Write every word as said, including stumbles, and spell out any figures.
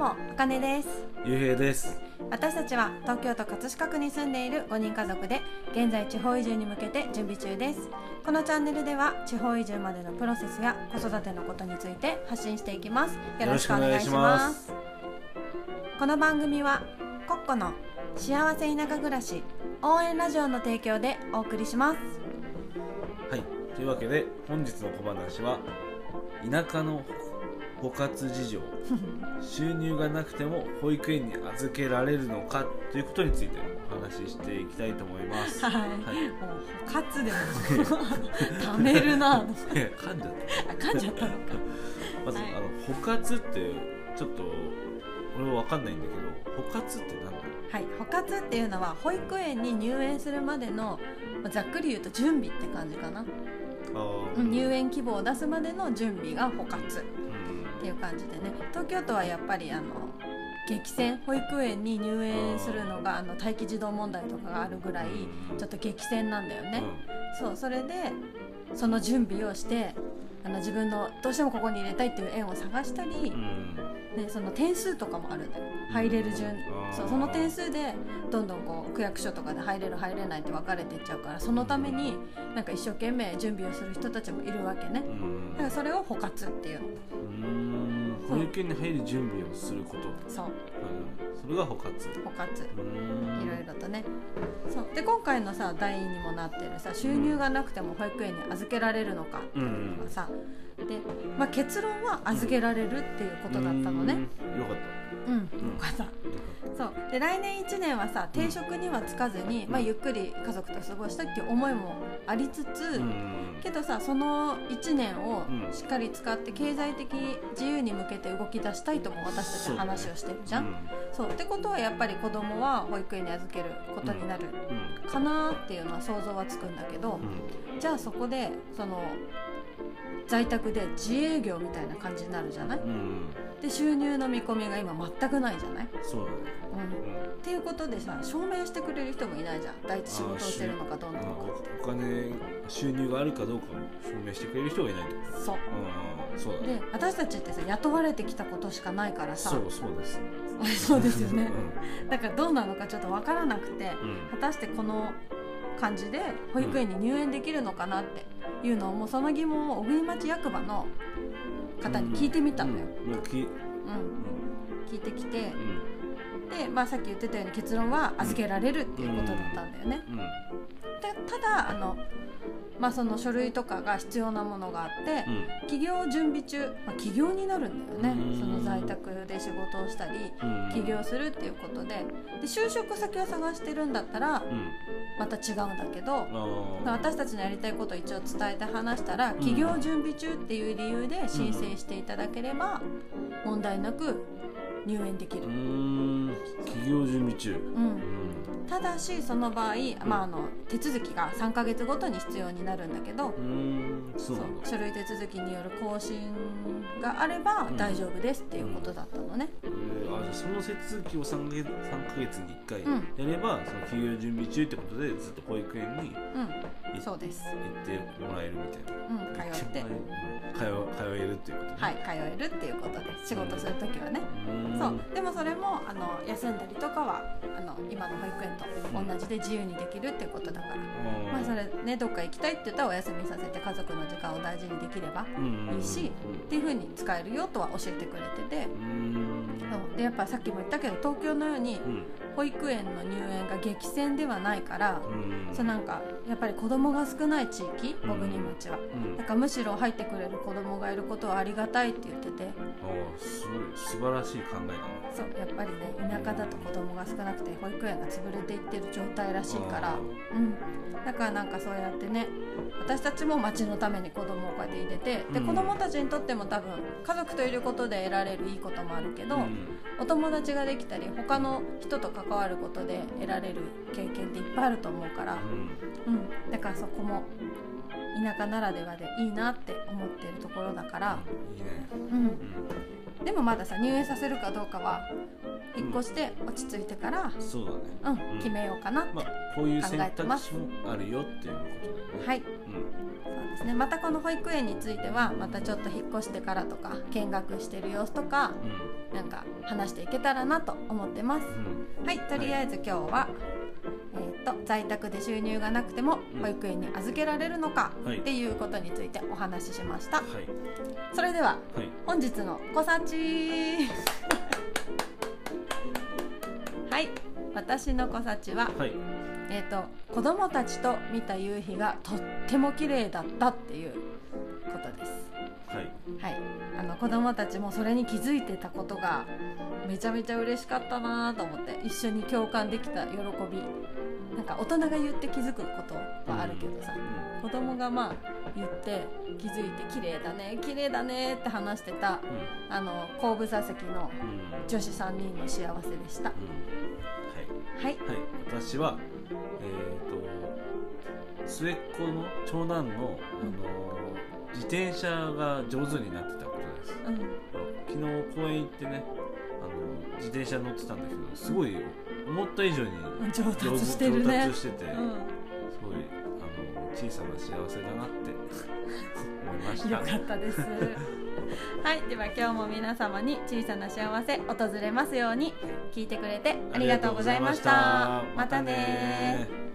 も、あかねです。 ゆうへいです。 私たちは東京都葛飾区に住んでいるごにん家族で、現在地方移住に向けて準備中です。このチャンネルでは地方移住までのプロセスや子育てのことについて発信していきます。よろしくお願いします。この番組はコッコの幸せ田舎暮らし応援ラジオの提供でお送りします。 はい、というわけで本日の小話は田舎の保活事情収入がなくても保育園に預けられるのかということについてお話ししていきたいと思います。 はい、はい、保活でもためるな噛んじゃった噛んじゃったのかまず、はい、あの保活ってちょっと俺は分かんないんだけど、保活って何だろう。 はい、保活っていうのは保育園に入園するまでのざっくり言うと準備って感じかな。あ、入園希望を出すまでの準備が保活っていう感じでね、東京都はやっぱりあの激戦、保育園に入園するのがあの待機児童問題とかがあるぐらいちょっと激戦なんだよね、うん、そう、それでその準備をしてあの自分のどうしてもここに入れたいっていう園を探したり、うん、でその点数とかもあるんだよ、入れる順、うん、そう、その点数でどんどんこう区役所とかで入れる入れないって分かれていっちゃうから、そのためになんか一生懸命準備をする人たちもいるわけね、うん、だからそれを保活っていうの。 うーん、保育園に入る準備をすること、 そう、 うん、それが保活保活、いろいろとね。そうで、今回のさ題にもなってるさ、収入がなくても保育園に預けられるのかっていうのがさ、うん、で、まあ、結論は預けられるっていうことだったのね。 うん、よかった。 うん、よかった。そうで、来年いちねんはさ定職には就かずに、まあ、ゆっくり家族と過ごしたいっていう思いもありつつ、うん、けどさそのいちねんをしっかり使って経済的自由に向けて動き出したいとも私たち話をしてるじゃん。 そうね、うん、そうってことはやっぱり子供は保育園に預けることになるかなっていうのは想像はつくんだけど、うん、じゃあそこでその在宅で自営業みたいな感じになるじゃない、うん、で収入の見込みが今全くないじゃない。 そうだね、 うんうん、っていうことでさ証明してくれる人もいないじゃん。第一仕事をしてるのかどうなのか、 お金収入があるかどうかも証明してくれる人がいない。 そう、うん、そうだね。で私たちってさ雇われてきたことしかないからさ。 そうそうですそうですよね、うん、だからどうなのかちょっと分からなくて、うん、果たしてこの感じで保育園に入園できるのかなっていうのを、もうその疑問を小国町役場の方に聞いてみたんだよ、うんうん、聞いてきて、うん、で、まあ、さっき言ってたように結論は預けられるっていうことだったんだよね、うんうん、でただあの、まあ、その書類とかが必要なものがあって、うん、起業準備中、まあ、起業になるんだよね、その在宅で仕事をしたり起業するっていうことで、で就職先を探してるんだったら、うんまた違うんだけど、私たちのやりたいことを一応伝えて話したら、起業準備中っていう理由で申請していただければ問題なく入園できる。うーん、起業準備中、うん、 ただしその場合、まあ、あの手続きがさんかげつごとに必要になるんだけど、うーん、そうなんだ。そう、書類手続きによる更新があれば大丈夫ですっていうことだったのね、うんうん、あ、じゃあその手続きをさんかげつにいっかいやれば、うん、その起業準備中ってことでずっと保育園に、 うん、そうです、 行ってもらえるみたいな、 うん、通って通, 通えるっていうことね。 はい、通えるっていうことで仕事するときはね、うん、そうでもそれもあの休んだりとかはあの今の保育園と同じで自由にできるっていうことだから、うん、まあそれね、どっか行きたいって言ったらお休みさせて家族の時間を大事にできればいいし、うん、っていう風に使えるよとは教えてくれてて、うん、そうでやっぱさっきも言ったけど東京のように保育園の入園が激戦ではないから、うん、そうなんかやっぱり子供が少ない地域、小国町は、うん、だからむしろ入ってくれる子供がいることはありがたいって言ってて、 あ、すごい素晴らしい考えだね。 そうやっぱりね、田舎だと子供が少なくて保育園が潰れていってる状態らしいから、うん、だからなんかそうやってね、私たちも町のために子供をこうやって入れて、で子供たちにとっても多分家族といることで得られるいいこともあるけど、うん、お友達ができたり他の人と関わることで得られる経験っていっぱいあると思うから、うんうん、だからそこも田舎ならではでいいなって思ってるところだから、 いいね、 うん、でもまださ入園させるかどうかは引っ越して落ち着いてから、 うん、そうだね、 うん、決めようかなって考えてます。 まあ、こういう選択肢もあるよっていうことだよね。 はい、うん、そうですですね。またこの保育園についてはまたちょっと引っ越してからとか見学してる様子とか、うん、なんか話していけたらなと思ってます、うん、はい、とりあえず今日は、はい、えー、と在宅で収入がなくても保育園に預けられるのか、うん、っていうことについてお話ししました、はい、それでは、はい、本日のこさちはい、私のこさちは、はい、えー、と子供たちと見た夕日がとっても綺麗だったっていうことです。はい、はい、あの子供たちもそれに気づいてたことがめちゃめちゃ嬉しかったなと思って、一緒に共感できた喜び、なんか大人が言って気づくことはあるけどさ、うん、子供がまあ言って気づいて綺麗だね綺麗だねって話してた、うん、あの後部座席の女子さんにんの幸せでした、うん、はい、はいはい、 私は、えー、と末っ子の長男の、うん、あの自転車が上手になってたことです、うん、昨日公園行ってね、あの自転車乗ってたんだけど、すごい思った以上に上達してるね、 上達してて、うん、すごいあの小さな幸せだなって思いました。 よかったですはい、では今日も皆様に小さな幸せ訪れますように。聞いてくれてありがとうございました。またね。